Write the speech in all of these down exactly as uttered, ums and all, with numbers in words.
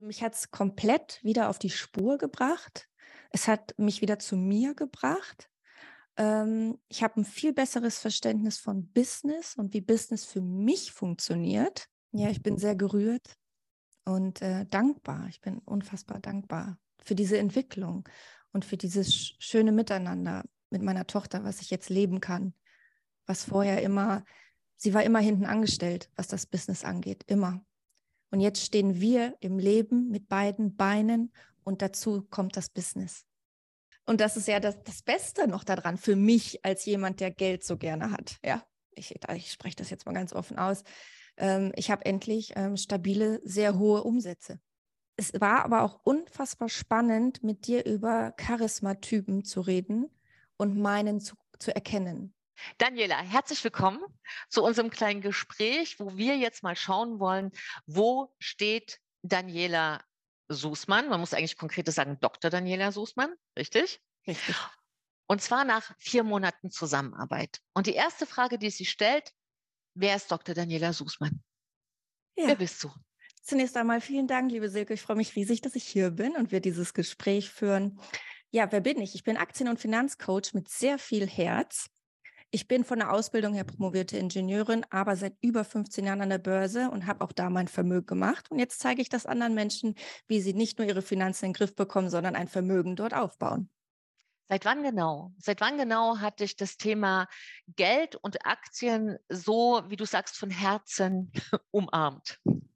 Mich hat es komplett wieder auf die Spur gebracht. Es hat mich wieder zu mir gebracht. Ähm, ich habe ein viel besseres Verständnis von Business und wie Business für mich funktioniert. Ja, ich bin sehr gerührt und, äh, dankbar. Ich bin unfassbar dankbar für diese Entwicklung und für dieses sch schöne Miteinander mit meiner Tochter, was ich jetzt leben kann, was vorher immer sie war immer hinten angestellt, was das Business angeht, immer. Und jetzt stehen wir im Leben mit beiden Beinen und dazu kommt das Business. Und das ist ja das, das Beste noch daran für mich als jemand, der Geld so gerne hat. Ja, ich, ich spreche das jetzt mal ganz offen aus. Ähm, ich habe endlich ähm, stabile, sehr hohe Umsätze. Es war aber auch unfassbar spannend, mit dir über Charismatypen zu reden und meinen zu, zu erkennen. Daniela, herzlich willkommen zu unserem kleinen Gespräch, wo wir jetzt mal schauen wollen, wo steht Daniela Sußmann? Man muss eigentlich konkreter sagen, Doktor Daniela Sußmann, richtig? Richtig. Und zwar nach vier Monaten Zusammenarbeit. Und die erste Frage, die sie stellt, wer ist Doktor Daniela Sußmann? Wer Ja. bist du? Zunächst einmal vielen Dank, liebe Silke. Ich freue mich riesig, dass ich hier bin und wir dieses Gespräch führen. Ja, wer bin ich? Ich bin Aktien- und Finanzcoach mit sehr viel Herz. Ich bin von der Ausbildung her promovierte Ingenieurin, aber seit über fünfzehn Jahren an der Börse und habe auch da mein Vermögen gemacht. Und jetzt zeige ich das anderen Menschen, wie sie nicht nur ihre Finanzen in den Griff bekommen, sondern ein Vermögen dort aufbauen. Seit wann genau? Seit wann genau hat dich das Thema Geld und Aktien so, wie du sagst, von Herzen umarmt?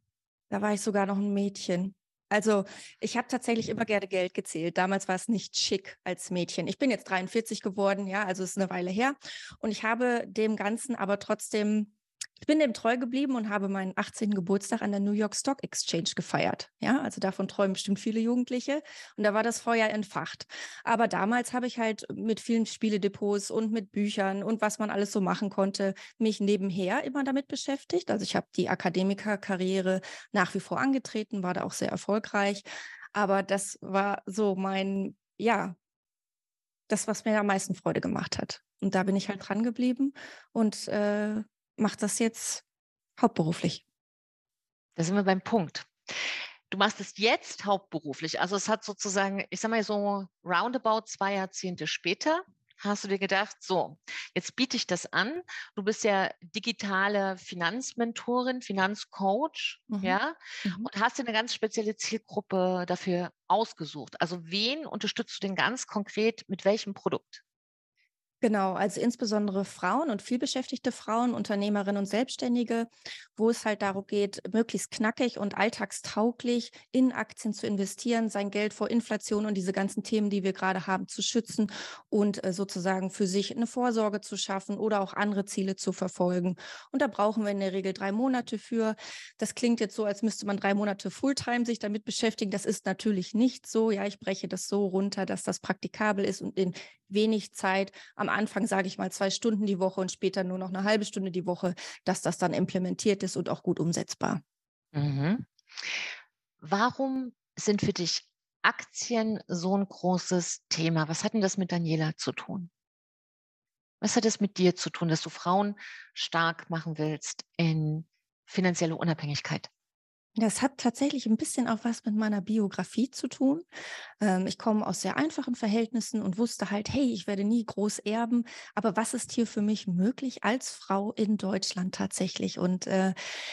Da war ich sogar noch ein Mädchen. Also, ich habe tatsächlich immer gerne Geld gezählt. Damals war es nicht schick als Mädchen. Ich bin jetzt dreiundvierzig geworden, ja, also ist eine Weile her. Und ich habe dem Ganzen aber trotzdem ich bin dem treu geblieben und habe meinen achtzehnten Geburtstag an der New York Stock Exchange gefeiert. Ja, also davon träumen bestimmt viele Jugendliche. Und da war das Feuer entfacht. Aber damals habe ich halt mit vielen Spieledepots und mit Büchern und was man alles so machen konnte, mich nebenher immer damit beschäftigt. Also ich habe die Akademikerkarriere nach wie vor angetreten, war da auch sehr erfolgreich. Aber das war so mein, ja, das, was mir am meisten Freude gemacht hat. Und da bin ich halt dran geblieben und äh, mache das jetzt hauptberuflich. Da sind wir beim Punkt. Du machst es jetzt hauptberuflich. Also es hat sozusagen, ich sage mal so roundabout zwei Jahrzehnte später, hast du dir gedacht, so, jetzt biete ich das an. Du bist ja digitale Finanzmentorin, Finanzcoach, Mhm. ja, Mhm. und hast dir eine ganz spezielle Zielgruppe dafür ausgesucht. Also wen unterstützt du denn ganz konkret mit welchem Produkt? Genau, also insbesondere Frauen und vielbeschäftigte Frauen, Unternehmerinnen und Selbstständige, wo es halt darum geht, möglichst knackig und alltagstauglich in Aktien zu investieren, sein Geld vor Inflation und diese ganzen Themen, die wir gerade haben, zu schützen und äh, sozusagen für sich eine Vorsorge zu schaffen oder auch andere Ziele zu verfolgen. Und da brauchen wir in der Regel drei Monate für. Das klingt jetzt so, als müsste man drei Monate Fulltime sich damit beschäftigen. Das ist natürlich nicht so. Ja, ich breche das so runter, dass das praktikabel ist und in wenig Zeit am Anfang, sage ich mal, zwei Stunden die Woche und später nur noch eine halbe Stunde die Woche, dass das dann implementiert ist und auch gut umsetzbar. Mhm. Warum sind für dich Aktien so ein großes Thema? Was hat denn das mit Daniela zu tun? Was hat es mit dir zu tun, dass du Frauen stark machen willst in finanzielle Unabhängigkeit? Das hat tatsächlich ein bisschen auch was mit meiner Biografie zu tun. Ähm, ich komme aus sehr einfachen Verhältnissen und wusste halt: „Hey, ich werde nie groß erben, aber was ist hier für mich möglich als Frau in Deutschland tatsächlich?“ Und, äh,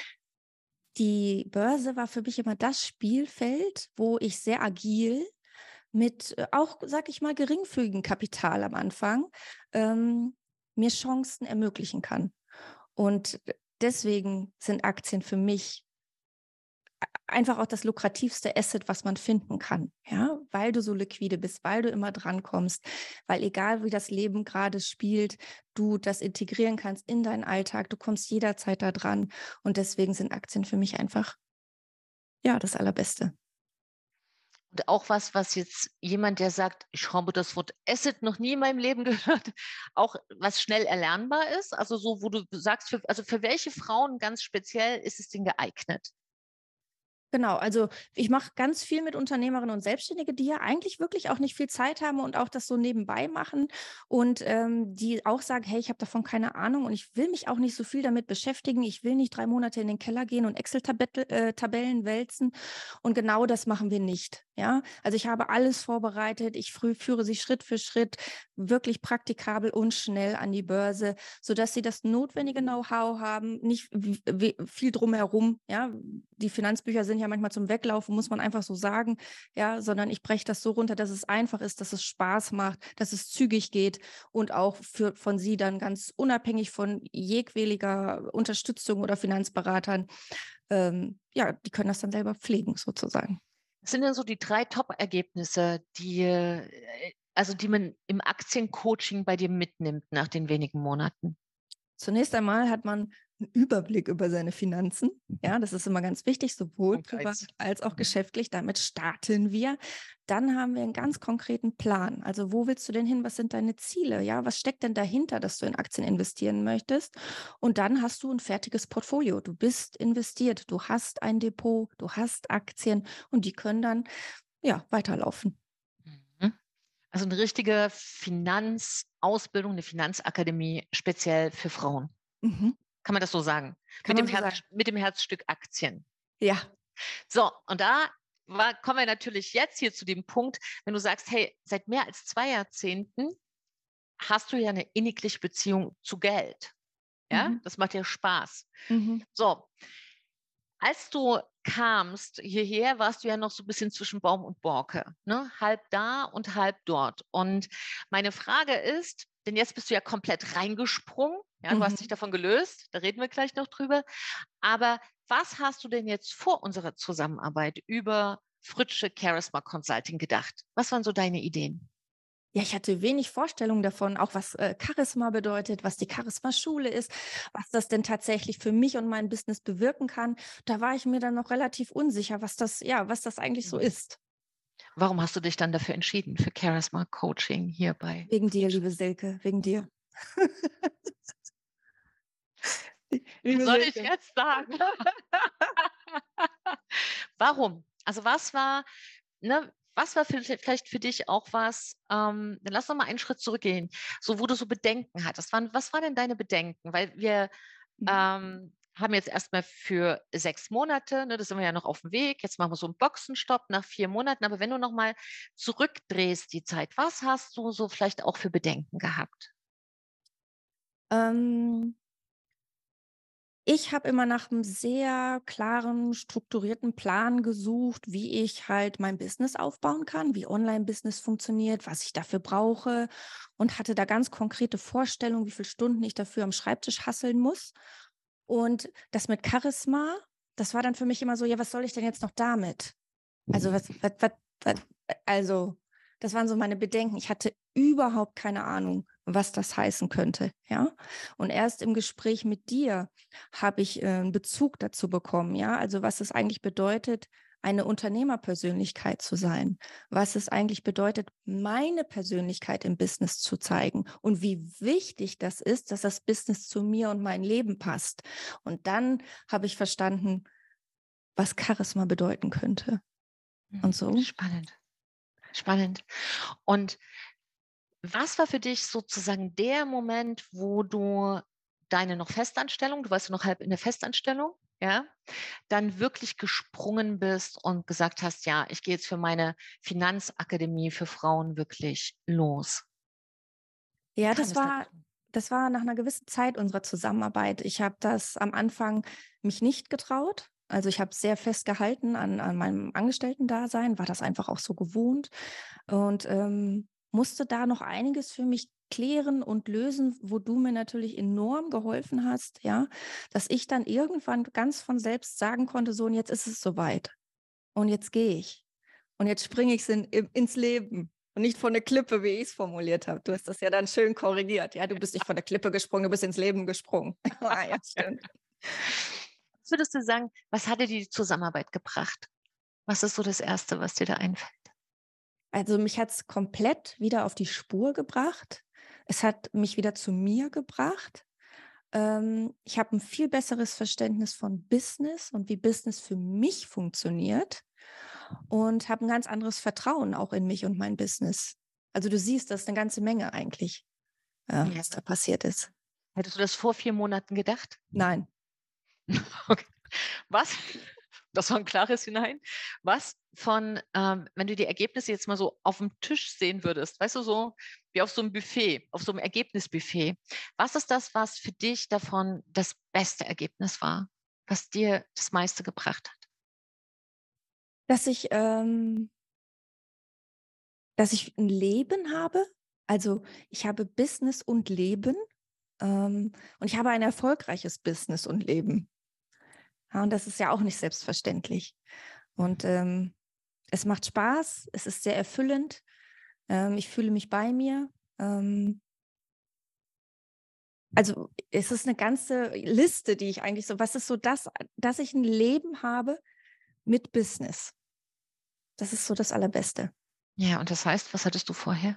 die Börse war für mich immer das Spielfeld, wo ich sehr agil mit, äh, auch, sage ich mal, geringfügigem Kapital am Anfang, ähm, mir Chancen ermöglichen kann. Und deswegen sind Aktien für mich einfach auch das lukrativste Asset, was man finden kann, ja? Weil du so liquide bist, weil du immer drankommst, weil egal wie das Leben gerade spielt, du das integrieren kannst in deinen Alltag. Du kommst jederzeit da dran und deswegen sind Aktien für mich einfach, ja, das Allerbeste. Und auch was, was jetzt jemand, der sagt: „Ich habe das Wort Asset noch nie in meinem Leben gehört“, auch was schnell erlernbar ist? Also, so, wo du sagst, für also, für welche Frauen ganz speziell ist es denn geeignet? Genau, also ich mache ganz viel mit Unternehmerinnen und Selbstständige, die ja eigentlich wirklich auch nicht viel Zeit haben und auch das so nebenbei machen und ähm, die auch sagen, hey, ich habe davon keine Ahnung und ich will mich auch nicht so viel damit beschäftigen. Ich will nicht drei Monate in den Keller gehen und Excel-Tabellen wälzen und genau das machen wir nicht. Ja, also ich habe alles vorbereitet. Ich früh, führe sie Schritt für Schritt wirklich praktikabel und schnell an die Börse, sodass sie das notwendige Know-how haben, nicht w- w- viel drumherum. Ja, die Finanzbücher sind ja manchmal zum Weglaufen, muss man einfach so sagen. Ja, sondern ich breche das so runter, dass es einfach ist, dass es Spaß macht, dass es zügig geht und auch für, von sie dann ganz unabhängig von jegwilliger Unterstützung oder Finanzberatern, ähm, ja, die können das dann selber pflegen sozusagen. Was sind denn so die drei Top-Ergebnisse, die, äh, also die man im Aktiencoaching bei dir mitnimmt nach den wenigen Monaten? Zunächst einmal hat man einen Überblick über seine Finanzen. Ja, das ist immer ganz wichtig, sowohl Punkt privat eins. als auch Mhm. geschäftlich. Damit starten wir. Dann haben wir einen ganz konkreten Plan. Also wo willst du denn hin? Was sind deine Ziele? Ja, was steckt denn dahinter, dass du in Aktien investieren möchtest? Und dann hast du ein fertiges Portfolio. Du bist investiert. Du hast ein Depot. Du hast Aktien und die können dann ja weiterlaufen. Mhm. Also eine richtige Finanzausbildung, eine Finanzakademie speziell für Frauen. Mhm. Kann man das so sagen? Kann Mit man dem so sagen. Herz, mit dem Herzstück Aktien. Ja. So, und da war, kommen wir natürlich jetzt hier zu dem Punkt, wenn du sagst, hey, seit mehr als zwei Jahrzehnten hast du ja eine innigliche Beziehung zu Geld. Ja, Mhm. das macht dir Spaß. Mhm. So, als du kamst hierher, warst du ja noch so ein bisschen zwischen Baum und Borke, ne? Halb da und halb dort. Und meine Frage ist, denn jetzt bist du ja komplett reingesprungen, ja, du hast dich Mhm. davon gelöst, da reden wir gleich noch drüber. Aber was hast du denn jetzt vor unserer Zusammenarbeit über Fritsche Charisma Consulting gedacht? Was waren so deine Ideen? Ja, ich hatte wenig Vorstellung davon, auch was äh, Charisma bedeutet, was die Charisma-Schule ist, was das denn tatsächlich für mich und mein Business bewirken kann. Da war ich mir dann noch relativ unsicher, was das, ja, was das eigentlich so Mhm. ist. Warum hast du dich dann dafür entschieden, für Charisma Coaching hier bei Wegen dir, Fritsche? liebe Silke, wegen dir. Was Liebe soll ich Silke. jetzt sagen? Warum? Also was war, ne, was war für, vielleicht für dich auch was, ähm, dann lass noch mal einen Schritt zurückgehen, so wo du so Bedenken hattest. Wann, was waren denn deine Bedenken? Weil wir Mhm. ähm, haben jetzt erstmal für sechs Monate, ne, das sind wir ja noch auf dem Weg, jetzt machen wir so einen Boxenstopp nach vier Monaten, aber wenn du noch mal zurückdrehst die Zeit, was hast du so vielleicht auch für Bedenken gehabt? Ähm, Ich habe immer nach einem sehr klaren, strukturierten Plan gesucht, wie ich halt mein Business aufbauen kann, wie Online-Business funktioniert, was ich dafür brauche und hatte da ganz konkrete Vorstellungen, wie viele Stunden ich dafür am Schreibtisch hasseln muss. Und das mit Charisma, das war dann für mich immer so: „Ja, was soll ich denn jetzt noch damit?“ Also, was was was was also, das waren so meine Bedenken. Ich hatte überhaupt keine Ahnung, was das heißen könnte, ja? Und erst im Gespräch mit dir habe ich, äh, 'n Bezug dazu bekommen, ja? Also, was es eigentlich bedeutet, eine Unternehmerpersönlichkeit zu sein, was es eigentlich bedeutet, meine Persönlichkeit im Business zu zeigen und wie wichtig das ist, dass das Business zu mir und mein Leben passt. Und dann habe ich verstanden, was Charisma bedeuten könnte und Mhm. so. Spannend, spannend. Und was war für dich sozusagen der Moment, wo du deine noch Festanstellung, du warst ja noch halb in der Festanstellung, ja, dann wirklich gesprungen bist und gesagt hast, ja, ich gehe jetzt für meine Finanzakademie für Frauen wirklich los. Wie Ja, kam das es war dazu? das war nach einer gewissen Zeit unserer Zusammenarbeit. Ich habe das am Anfang mich nicht getraut. Also, ich habe sehr festgehalten an an meinem Angestellten-Dasein, war das einfach auch so gewohnt und, ähm, musste da noch einiges für mich klären und lösen, wo du mir natürlich enorm geholfen hast, ja, dass ich dann irgendwann ganz von selbst sagen konnte: „So, und jetzt ist es soweit. Und jetzt gehe ich. Und jetzt springe ich in im ins Leben und nicht von der Klippe, wie ich es formuliert habe. Du hast das ja dann schön korrigiert. Ja, du bist nicht von der Klippe gesprungen, du bist ins Leben gesprungen. Ah ja, stimmt. Was würdest du sagen, was hat dir die Zusammenarbeit gebracht? Was ist so das Erste, was dir da einfällt? Also, mich hat's komplett wieder auf die Spur gebracht. Es hat mich wieder zu mir gebracht. Ähm, ich habe ein viel besseres Verständnis von Business und wie Business für mich funktioniert und habe ein ganz anderes Vertrauen auch in mich und mein Business. Also, du siehst, das ist eine ganze Menge eigentlich, äh, Ja. was da passiert ist. Hättest du das vor vier Monaten gedacht? Nein. Okay. Was das war ein klares Nein. Was von, ähm wenn du die Ergebnisse jetzt mal so auf dem Tisch sehen würdest, weißt du, so wie auf so 'nem Buffet, auf so 'nem Ergebnisbuffet. Was ist das, was für dich davon das beste Ergebnis war, was dir das meiste gebracht hat? Dass ich ähm, dass ich ein Leben habe. Also, ich habe Business und Leben, ähm, und ich habe ein erfolgreiches Business und Leben. Ja, und das ist ja auch nicht selbstverständlich. Und, ähm, es macht Spaß, es ist sehr erfüllend, ähm, ich fühle mich bei mir. Ähm, also, es ist eine ganze Liste, die ich eigentlich so, was ist so das, dass ich ein Leben habe mit Business. Das ist so das Allerbeste. Ja, und das heißt, was hattest du vorher?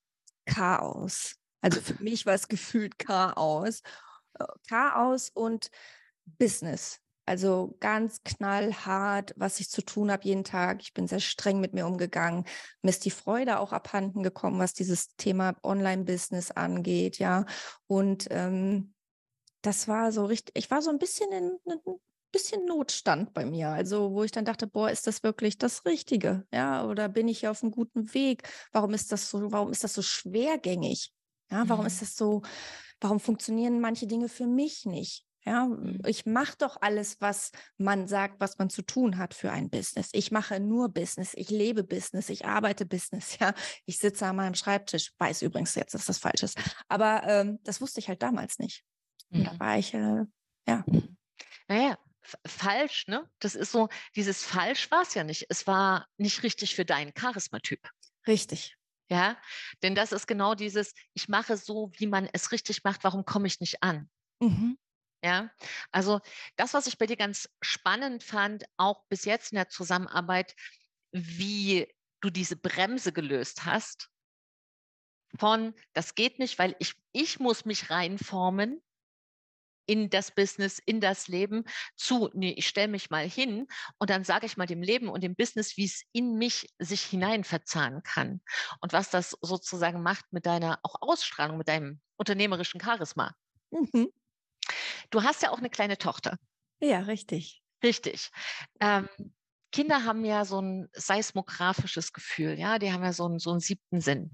Chaos. Also, für mich war es gefühlt Chaos. Äh, Chaos und Business. Also, ganz knallhart, was ich zu tun habe jeden Tag. Ich bin sehr streng mit mir umgegangen. Mir ist die Freude auch abhanden gekommen, was dieses Thema Online-Business angeht, ja. Und, ähm, das war so richtig, ich war so ein bisschen in 'nen bisschen Notstand bei mir. Also, wo ich dann dachte: „Boah, ist das wirklich das Richtige?“ Ja, oder bin ich hier auf 'm guten Weg? Warum ist das so warum ist das so schwergängig? Ja, warum ist Mhm, das so, warum funktionieren manche Dinge für mich nicht? Ja, mhm, ich mache doch alles, was man sagt, was man zu tun hat für ein Business. Ich mache nur Business, ich lebe Business, ich arbeite Business, ja. Ich sitze an meinem Schreibtisch, weiß übrigens jetzt, dass das falsch ist. Aber, ähm, das wusste ich halt damals nicht. Und da mhm, war ich, äh ja, mhm. Na ja, f falsch, ne? Das ist so dieses falsch war's ja nicht. Es war nicht richtig für deinen Charismatyp. richtig. Ja, denn das ist genau dieses: „Ich mache so, wie man es richtig macht, warum komme ich nicht an?“ Mhm. Ja? Also, das, was ich bei dir ganz spannend fand, auch bis jetzt in der Zusammenarbeit, wie du diese Bremse gelöst hast von: „Das geht nicht, weil ich ich muss mich reinformen in das Business, in das Leben“, zu: „Ne, ich stelle mich mal hin und dann sage ich mal dem Leben und dem Business, wie es in mich sich hinein verzahnen kann.“ Und was das sozusagen macht mit deiner auch Ausstrahlung, mit deinem unternehmerischen Charisma. Mhm. Du hast ja auch eine kleine Tochter, Ja, richtig. richtig. Ähm, Kinder haben ja so ein seismografisches Gefühl, ja? Die haben ja so 'n so 'n siebten Sinn.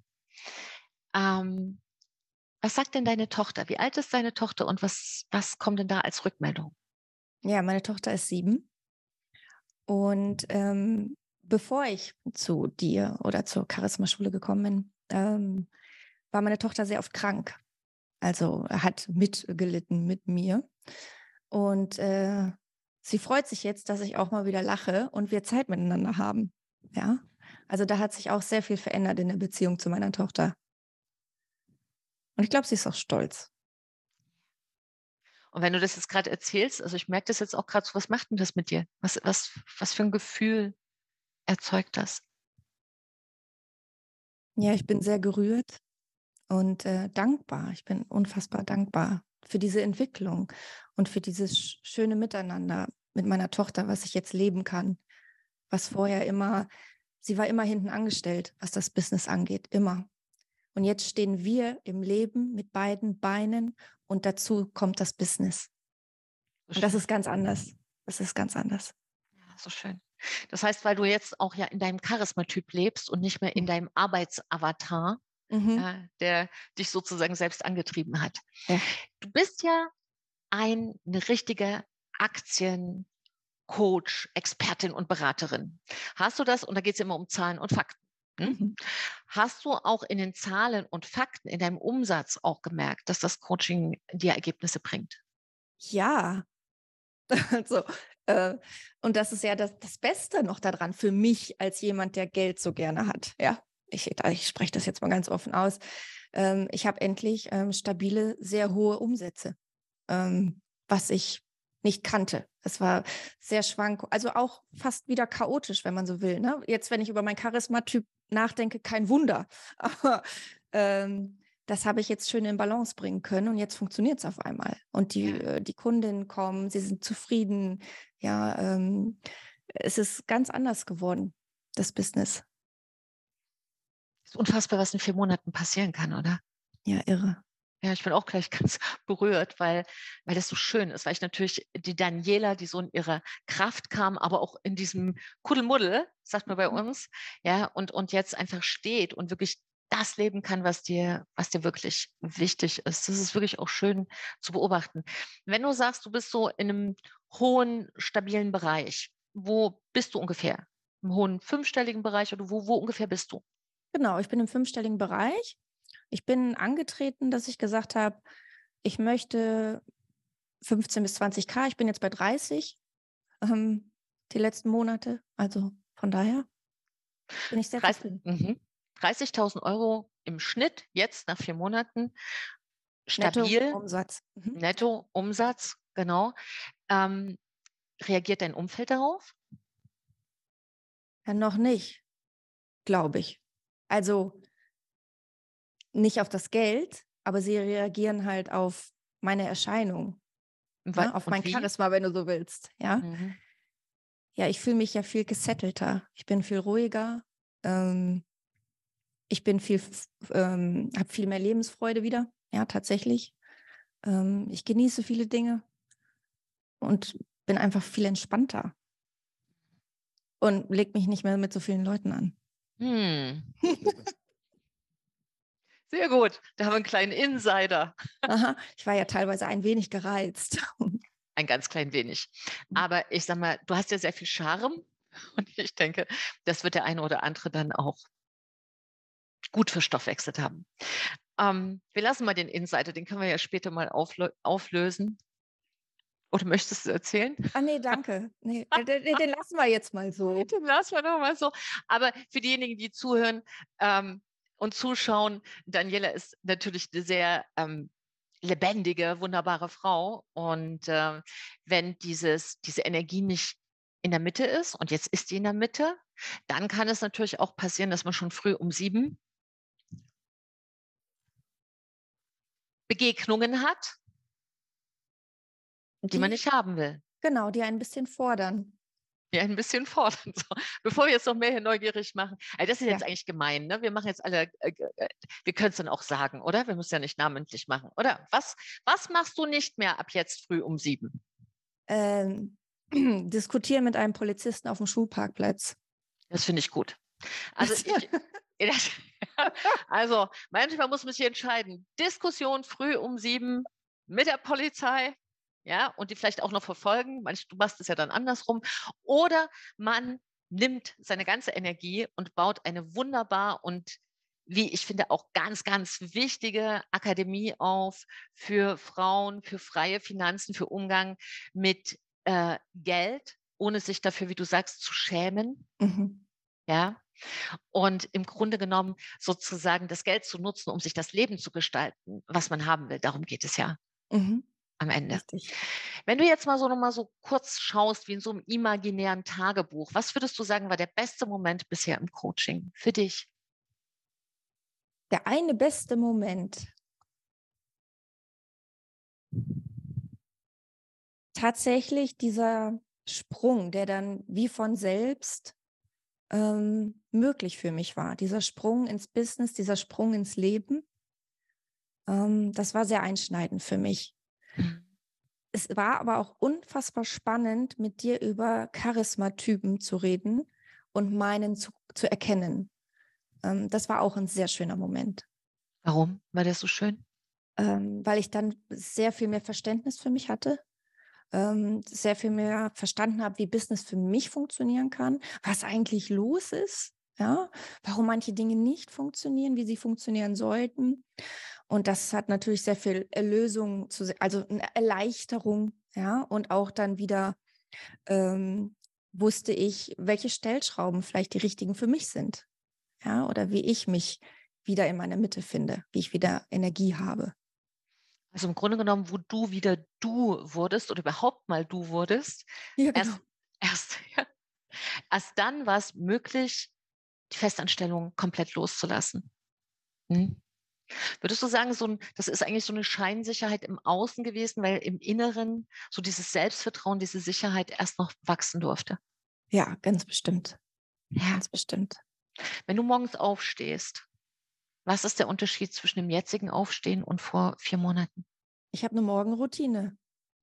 Ähm, Was sagt denn deine Tochter? Wie alt ist deine Tochter und was was kommt denn da als Rückmeldung? Ja, meine Tochter ist sieben und, ähm, bevor ich zu dir oder zur Charismaschule gekommen bin, ähm, war meine Tochter sehr oft krank. Also, hat mitgelitten mit mir und, äh, sie freut sich jetzt, dass ich auch mal wieder lache und wir Zeit miteinander haben, ja? Also, da hat sich auch sehr viel verändert in der Beziehung zu meiner Tochter und ich glaube, sie ist auch stolz. Und wenn du das jetzt grad erzählst, also, ich merke das jetzt auch grad so, was macht 'n das mit dir? Was was was für 'n Gefühl erzeugt das? Ja, ich bin sehr gerührt und, äh, dankbar. Ich bin unfassbar dankbar für diese Entwicklung und für dieses sch schöne Miteinander mit meiner Tochter, was ich jetzt leben kann, was vorher immer, sie war immer hinten angestellt, was das Business angeht, immer. Und jetzt stehen wir im Leben mit beiden Beinen und dazu kommt das Business. So Und das schön. ist ganz anders. Das ist ganz anders. Ja, so schön. Das heißt, weil du jetzt auch ja in deinem Charismatyp lebst und nicht mehr in deinem Arbeitsavatar, Mhm. ja, der dich sozusagen selbst angetrieben hat. Ja. Du bist ja ein 'ne richtige Aktiencoach, Expertin und Beraterin. Hast du das und da geht's immer um Zahlen und Fakten, hm? Mhm. Hast du auch in den Zahlen und Fakten in deinem Umsatz auch gemerkt, dass das Coaching dir Ergebnisse bringt? Ja. Also, äh, und das ist ja das das Beste noch daran für mich als jemand, der Geld so gerne hat, ja. Ich ich spreche das jetzt mal ganz offen aus. Ähm, ich habe endlich, ähm, stabile, sehr hohe Umsätze, ähm, was ich nicht kannte. Es war sehr schwank, also auch fast wieder chaotisch, wenn man so will, ne? Jetzt, wenn ich über meinen Charismatyp nachdenke, kein Wunder. Aber, ähm, das habe ich jetzt schön in Balance bringen können und jetzt funktioniert es auf einmal. Und die, Ja. äh, die Kundinnen kommen, sie sind zufrieden. Ja, ähm, es ist ganz anders geworden, das Business. Ist unfassbar, was in vier Monaten passieren kann, oder? Ja, irre. Ja, ich bin auch gleich ganz berührt, weil, weil das so schön ist, weil ich natürlich die Daniela, die so in ihrer Kraft kam, aber auch in diesem Kuddelmuddel, sagt man bei uns, ja, und, und jetzt einfach steht und wirklich das leben kann, was dir, was dir wirklich wichtig ist. Das ist wirklich auch schön zu beobachten. Wenn du sagst, du bist so in einem hohen, stabilen Bereich, wo bist du ungefähr? Im hohen fünfstelligen Bereich oder wo, wo ungefähr bist du? Genau, ich bin im fünfstelligen Bereich. Ich bin angetreten, dass ich gesagt habe, ich möchte fünfzehn bis zwanzig K. Ich bin jetzt bei dreißig ähm, die letzten Monate. Also von daher bin ich sehr dreißig, zufrieden. mhm. dreißigtausend Euro im Schnitt jetzt nach vier Monaten, Netto stabil, Umsatz. Mhm. netto Umsatz, genau. Ähm, reagiert dein Umfeld darauf? Ja, noch nicht, glaube ich. Also nicht auf das Geld, aber sie reagieren halt auf meine Erscheinung, Und wa- ja, auf und mein wie? Charisma, wenn du so willst. Ja, Mhm. ja, ich fühle mich ja viel gesettelter. Ich bin viel ruhiger. Ähm, ich bin viel, ähm, habe viel mehr Lebensfreude wieder. Ja, tatsächlich. Ähm, ich genieße viele Dinge und bin einfach viel entspannter und leg mich nicht mehr mit so vielen Leuten an. Hm. Sehr gut. Da haben wir einen kleinen Insider. Aha, ich war ja teilweise ein wenig gereizt. Ein ganz klein wenig. Aber ich sag mal, du hast ja sehr viel Charme und ich denke, das wird der eine oder andere dann auch gut verstoffwechselt haben. Ähm, wir lassen mal den Insider, den können wir ja später mal auflö auflösen. Oder möchtest du erzählen? Ah, nee, danke. Nee, den, den den lassen wir jetzt mal so. Den lassen wir doch mal so. Aber für diejenigen, die zuhören ähm, und zuschauen, Daniela ist natürlich eine sehr ähm, lebendige, wunderbare Frau. Und äh, wenn dieses, diese Energie nicht in der Mitte ist, und jetzt ist die in der Mitte, dann kann es natürlich auch passieren, dass man schon früh um sieben Begegnungen hat, die man Die, nicht haben will. genau, die ein bisschen fordern. Ja, ein bisschen fordern. So. Bevor wir jetzt noch mehr hier neugierig machen. Also das ist Ja. jetzt eigentlich gemein, ne? Wir machen jetzt alle, äh, äh, wir können es dann auch sagen, oder? Wir müssen ja nicht namentlich machen, oder? Was, was machst du nicht mehr ab jetzt früh um sieben? Ähm, diskutieren mit einem Polizisten auf dem Schulparkplatz. Das finde ich gut. Also ich, also manchmal muss man sich entscheiden. Diskussion früh um sieben mit der Polizei, ja, und die vielleicht auch noch verfolgen. Manch, du machst es ja dann andersrum. Oder man nimmt seine ganze Energie und baut eine wunderbar und wie ich finde auch ganz, ganz wichtige Akademie auf für Frauen, für freie Finanzen, für Umgang mit äh, Geld, ohne sich dafür, wie du sagst, zu schämen. Mhm. Ja, und im Grunde genommen sozusagen das Geld zu nutzen, um sich das Leben zu gestalten, was man haben will. Darum geht es ja Mhm. am Ende. Richtig. Wenn du jetzt mal so noch mal so kurz schaust, wie in so einem imaginären Tagebuch, was würdest du sagen, war der beste Moment bisher im Coaching für dich? Der eine beste Moment. Tatsächlich dieser Sprung, der dann wie von selbst ähm, möglich für mich war. Dieser Sprung ins Business, dieser Sprung ins Leben. Ähm, das war sehr einschneidend für mich. Mhm. Es war aber auch unfassbar spannend, mit dir über Charismatypen zu reden und meinen zu, zu erkennen. Ähm, das war auch ein sehr schöner Moment, Warum war das so schön? ähm, weil ich dann sehr viel mehr Verständnis für mich hatte, ähm, sehr viel mehr verstanden habe, wie Business für mich funktionieren kann, was eigentlich los ist, ja, warum manche Dinge nicht funktionieren, wie sie funktionieren sollten. Und das hat natürlich sehr viel Erlösung, zu, se- also eine Erleichterung, ja, und auch dann wieder ähm, wusste ich, welche Stellschrauben vielleicht die richtigen für mich sind, ja, oder wie ich mich wieder in meiner Mitte finde, wie ich wieder Energie habe. Also im Grunde genommen, wo du wieder du wurdest oder überhaupt mal du wurdest, Ja, genau. erst, erst, ja, erst dann war es möglich, die Festanstellung komplett loszulassen. Hm? Würdest du sagen, so 'n das ist eigentlich so eine Scheinsicherheit im Außen gewesen, weil im Inneren so dieses Selbstvertrauen, diese Sicherheit erst noch wachsen durfte? Ja, ganz bestimmt, Ja. ganz bestimmt. Wenn du morgens aufstehst, was ist der Unterschied zwischen dem jetzigen Aufstehen und vor vier Monaten? Ich habe 'ne Morgenroutine.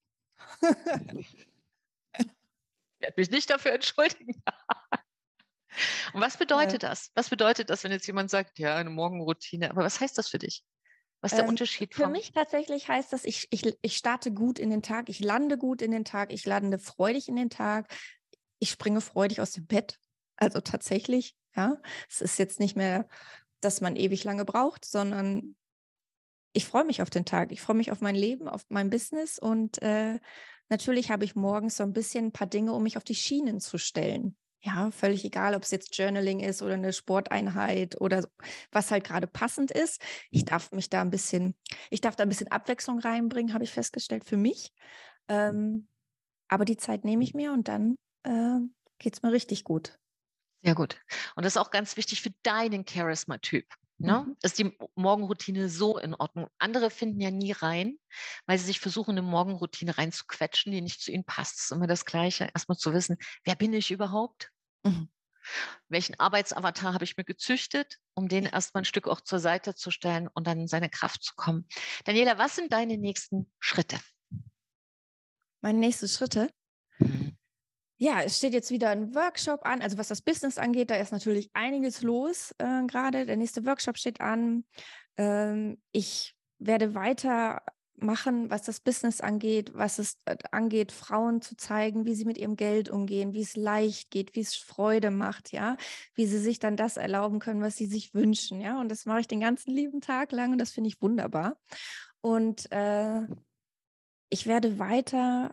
Ich werde mich nicht dafür entschuldigen. Und was Ja. bedeutet das? Was bedeutet das, wenn jetzt jemand sagt: „Ja, eine Morgenroutine“, aber was heißt das für dich? Was ist der Ähm, Unterschied für vom mich tatsächlich heißt das, ich ich ich starte gut in den Tag, ich lande gut in den Tag, ich lande freudig in den Tag. Ich springe freudig aus dem Bett. Also tatsächlich, ja. Es ist jetzt nicht mehr, dass man ewig lange braucht, sondern ich freue mich auf den Tag. Ich freue mich auf mein Leben, auf mein Business und, äh, natürlich habe ich morgens so ein bisschen ein paar Dinge, um mich auf die Schienen zu stellen. Ja, völlig egal, ob es jetzt Journaling ist oder eine Sporteinheit oder so, was halt gerade passend ist. Ich darf mich da ein bisschen ich darf da ein bisschen Abwechslung reinbringen, habe ich festgestellt für mich. Ähm, aber die Zeit nehme ich mir und dann, äh, geht's mir richtig gut. sehr gut. Und das ist auch ganz wichtig für deinen Charisma-Typ, ne? Mhm. Ist die M Morgenroutine so in Ordnung? Andere finden ja nie rein, weil sie sich versuchen, 'ne Morgenroutine reinzuquetschen, die nicht zu ihnen passt. Das ist immer das Gleiche, erst mal zu wissen: „Wer bin ich überhaupt? Mhm. Welchen Arbeitsavatar habe ich mir gezüchtet?“ Um den erst mal 'n Stück auch zur Seite zu stellen und dann in seine Kraft zu kommen. Daniela, was sind deine nächsten Schritte? Meine nächsten Schritte? Mhm. Ja, es steht jetzt wieder ein Workshop an. Also, was das Business angeht, da ist natürlich einiges los, äh, grade. Der nächste Workshop steht an. Ähm, ich werde weitermachen, was das Business angeht, was es, äh, angeht, Frauen zu zeigen, wie sie mit ihrem Geld umgehen, wie es leicht geht, wie es Freude macht, ja? Wie sie sich dann das erlauben können, was sie sich wünschen, ja? Und das mache ich den ganzen lieben Tag lang und das finde ich wunderbar. Und, äh, ich werde weiter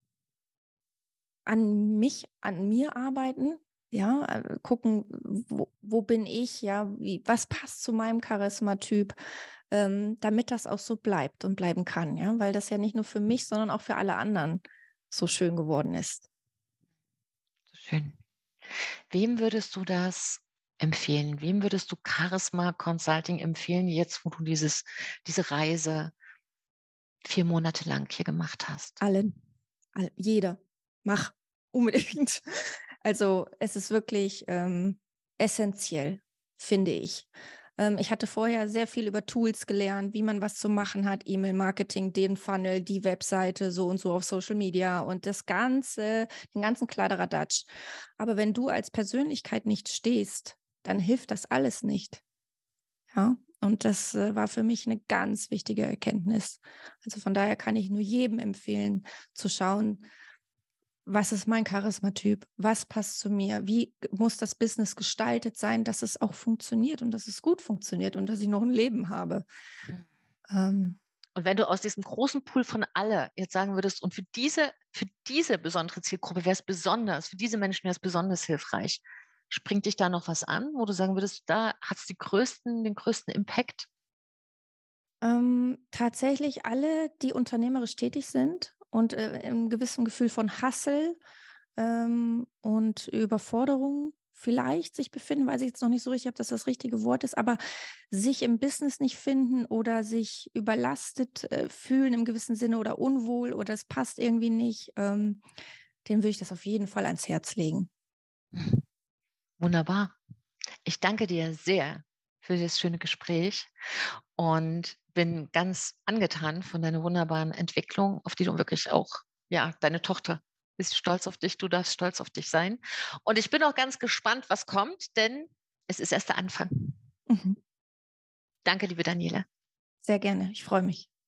an mich an mir arbeiten, ja, äh, gucken, wo wo bin ich, ja, wie was passt zu meinem Charismatyp, ähm, damit das auch so bleibt und bleiben kann, ja, weil das ja nicht nur für mich, sondern auch für alle anderen so schön geworden ist. So schön. Wem würdest du das empfehlen? Wem würdest du Charisma Consulting empfehlen, jetzt, wo du dieses diese Reise vier Monate lang hier gemacht hast? Allen, all jeder, mach unbedingt. Also, es ist wirklich, ähm, essenziell, finde ich. Ähm, ich hatte vorher sehr viel über Tools gelernt, wie man was zu machen hat, E-Mail-Marketing, den Funnel, die Webseite, so und so auf Social Media und das Ganze den ganzen Kladderadatsch. Aber wenn du als Persönlichkeit nicht stehst, dann hilft das alles nicht, ja? Und das, äh, war für mich eine ganz wichtige Erkenntnis. Also, von daher kann ich nur jedem empfehlen, zu schauen: Was ist mein Charismatyp? Was passt zu mir? Wie g muss das Business gestaltet sein, dass es auch funktioniert und dass es gut funktioniert und dass ich noch ein Leben habe? Mhm. Ähm, Und wenn du aus diesem großen Pool von alle jetzt sagen würdest: „Und für diese für diese besondere Zielgruppe wäre es besonders für diese Menschen wäre es besonders hilfreich.“ Springt dich da noch was an, wo du sagen würdest, da hat es die größten den größten Impact? ähm, tatsächlich alle, die unternehmerisch tätig sind und, äh, im gewissen Gefühl von Hustle, ähm, und Überforderung vielleicht sich befinden, weiß ich jetzt noch nicht so richtig, ob das das richtige Wort ist, aber sich im Business nicht finden oder sich überlastet, äh, fühlen im gewissen Sinne oder unwohl oder es passt irgendwie nicht, ähm, denen würde ich das auf jeden Fall ans Herz legen. Mhm. Wunderbar. Ich danke dir sehr für das schöne Gespräch und bin ganz angetan von deiner wunderbaren Entwicklung, auf die du wirklich auch ja, deine Tochter ist stolz auf dich, du darfst stolz auf dich sein. Und ich bin auch ganz gespannt, was kommt, denn es ist erst der Anfang. Mhm. Danke, liebe Daniela. Sehr gerne, ich freue mich.